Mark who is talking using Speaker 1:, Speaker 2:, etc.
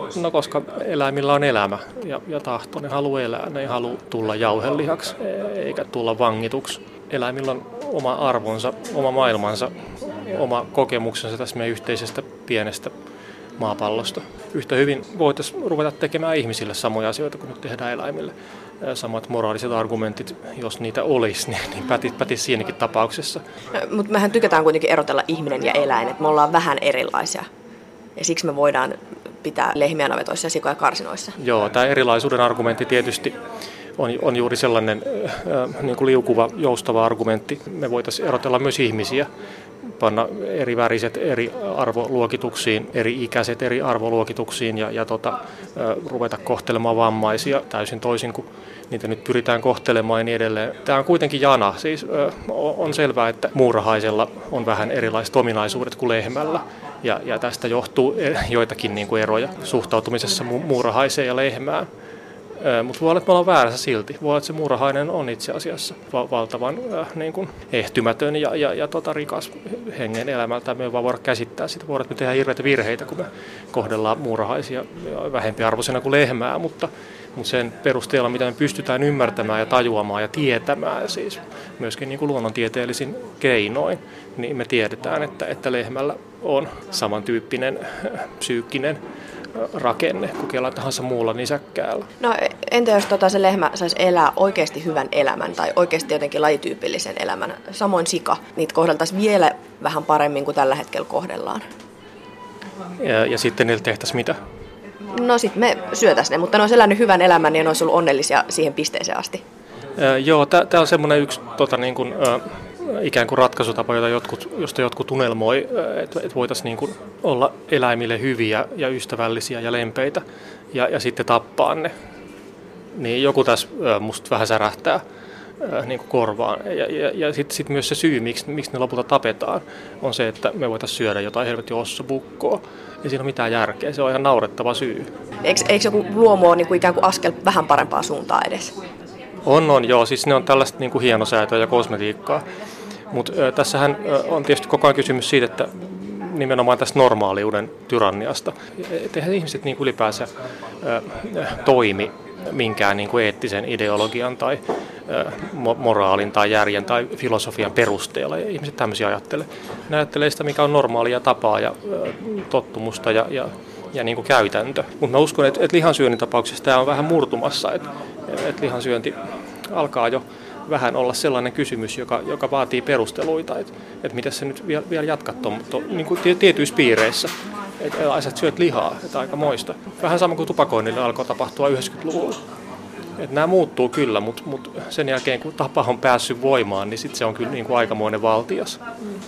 Speaker 1: No koska eläimillä on elämä ja tahto, ne haluaa elää, ne ei halua tulla jauhelihaksi eikä tulla vangituksi. Eläimillä on oma arvonsa, oma maailmansa, oma kokemuksensa tästä meidän yhteisestä pienestä maapallosta. Yhtä hyvin voitaisiin ruveta tekemään ihmisille samoja asioita kuin nyt tehdään eläimille. Samat moraaliset argumentit, jos niitä olisi, niin pätisi siinäkin tapauksessa.
Speaker 2: No, mutta mehän tykätään kuitenkin erotella ihminen ja eläin, että me ollaan vähän erilaisia. Ja siksi me voidaan pitää lehmiä navetoissa ja sikoja karsinoissa.
Speaker 1: Joo, tämä erilaisuuden argumentti tietysti on juuri sellainen niin kuin liukuva, joustava argumentti. Me voitaisiin erotella myös ihmisiä, panna eri väriset eri arvoluokituksiin, eri ikäiset eri arvoluokituksiin ja ruveta kohtelemaan vammaisia täysin toisin kuin niitä nyt pyritään kohtelemaan ja niin edelleen. Tämä on kuitenkin jana. Siis on selvää, että muurahaisella on vähän erilaiset ominaisuudet kuin lehmällä. Ja tästä johtuu joitakin niin kuin eroja suhtautumisessa muurahaiseen ja lehmään. Mutta voi olla, että me ollaan väärässä silti. Voi olla, että se muurahainen on itse asiassa valtavan niin kuin ehtymätön ja rikas hengen elämältä. Me ei vaan voida käsittää sitä. Voi olla, että me tehdään hirveitä virheitä, kun me kohdellaan muurahaisia vähempiarvoisena kuin lehmää. Mutta sen perusteella, mitä me pystytään ymmärtämään ja tajuamaan ja tietämään, siis myöskin niin kuin luonnontieteellisin keinoin, niin me tiedetään, että lehmällä on samantyyppinen psyykkinen rakenne kuin kella tahansa muulla nisäkkäällä.
Speaker 2: No entä jos se lehmä saisi elää oikeasti hyvän elämän tai oikeasti jotenkin lajityypillisen elämän, samoin sika, niitä kohdeltaisiin vielä vähän paremmin kuin tällä hetkellä kohdellaan?
Speaker 1: Ja sitten niillä tehtäisiin mitä?
Speaker 2: No sitten me syötäisiin ne, mutta ne olisi elänyt hyvän elämän ja ne olisi ollut onnellisia siihen pisteeseen asti.
Speaker 1: Joo, tämä on semmoinen yksi ikään kuin ratkaisutapa, josta jotkut unelmoi, että voitaisiin niin kuin olla eläimille hyviä ja ystävällisiä ja lempeitä ja sitten tappaa ne. Niin joku tässä musta vähän särähtää niin kuin korvaan. Ja sitten myös se syy, miksi ne lopulta tapetaan, on se, että me voitaisiin syödä jotain helvetin ossobukkoa. Ei siinä ole mitään järkeä, se on ihan naurettava syy.
Speaker 2: Eikö joku luomu ole niin kuin ikään kuin askel vähän parempaa suuntaa edes?
Speaker 1: On, joo. Siis ne on tällaista niin kuin hienosäätöä ja kosmetiikkaa. Mutta tässähän on tietysti koko ajan kysymys siitä, että nimenomaan tästä normaaliuden tyranniasta. Eihän ihmiset niin kuin ylipäänsä toimi minkään niin kuin eettisen ideologian tai moraalin tai järjen tai filosofian perusteella. Ihmiset tämmöisiä ajattelee. Ne ajattelee sitä, mikä on normaalia tapaa ja tottumusta ja niin kuin käytäntö. Mutta mä uskon, että lihansyönnin tapauksessa tämä on vähän murtumassa, että lihansyönti alkaa jo vähän olla sellainen kysymys, joka vaatii perusteluita, että miten se nyt vielä jatkat niin kuin tietyissä piireissä. Että syöt lihaa, että aika moista. Vähän sama kuin tupakoinnille alkoi tapahtua 90-luvulla. Että nämä muuttuu kyllä, mutta sen jälkeen kun tapa on päässyt voimaan, niin sitten se on kyllä niin kuin aikamoinen valtias.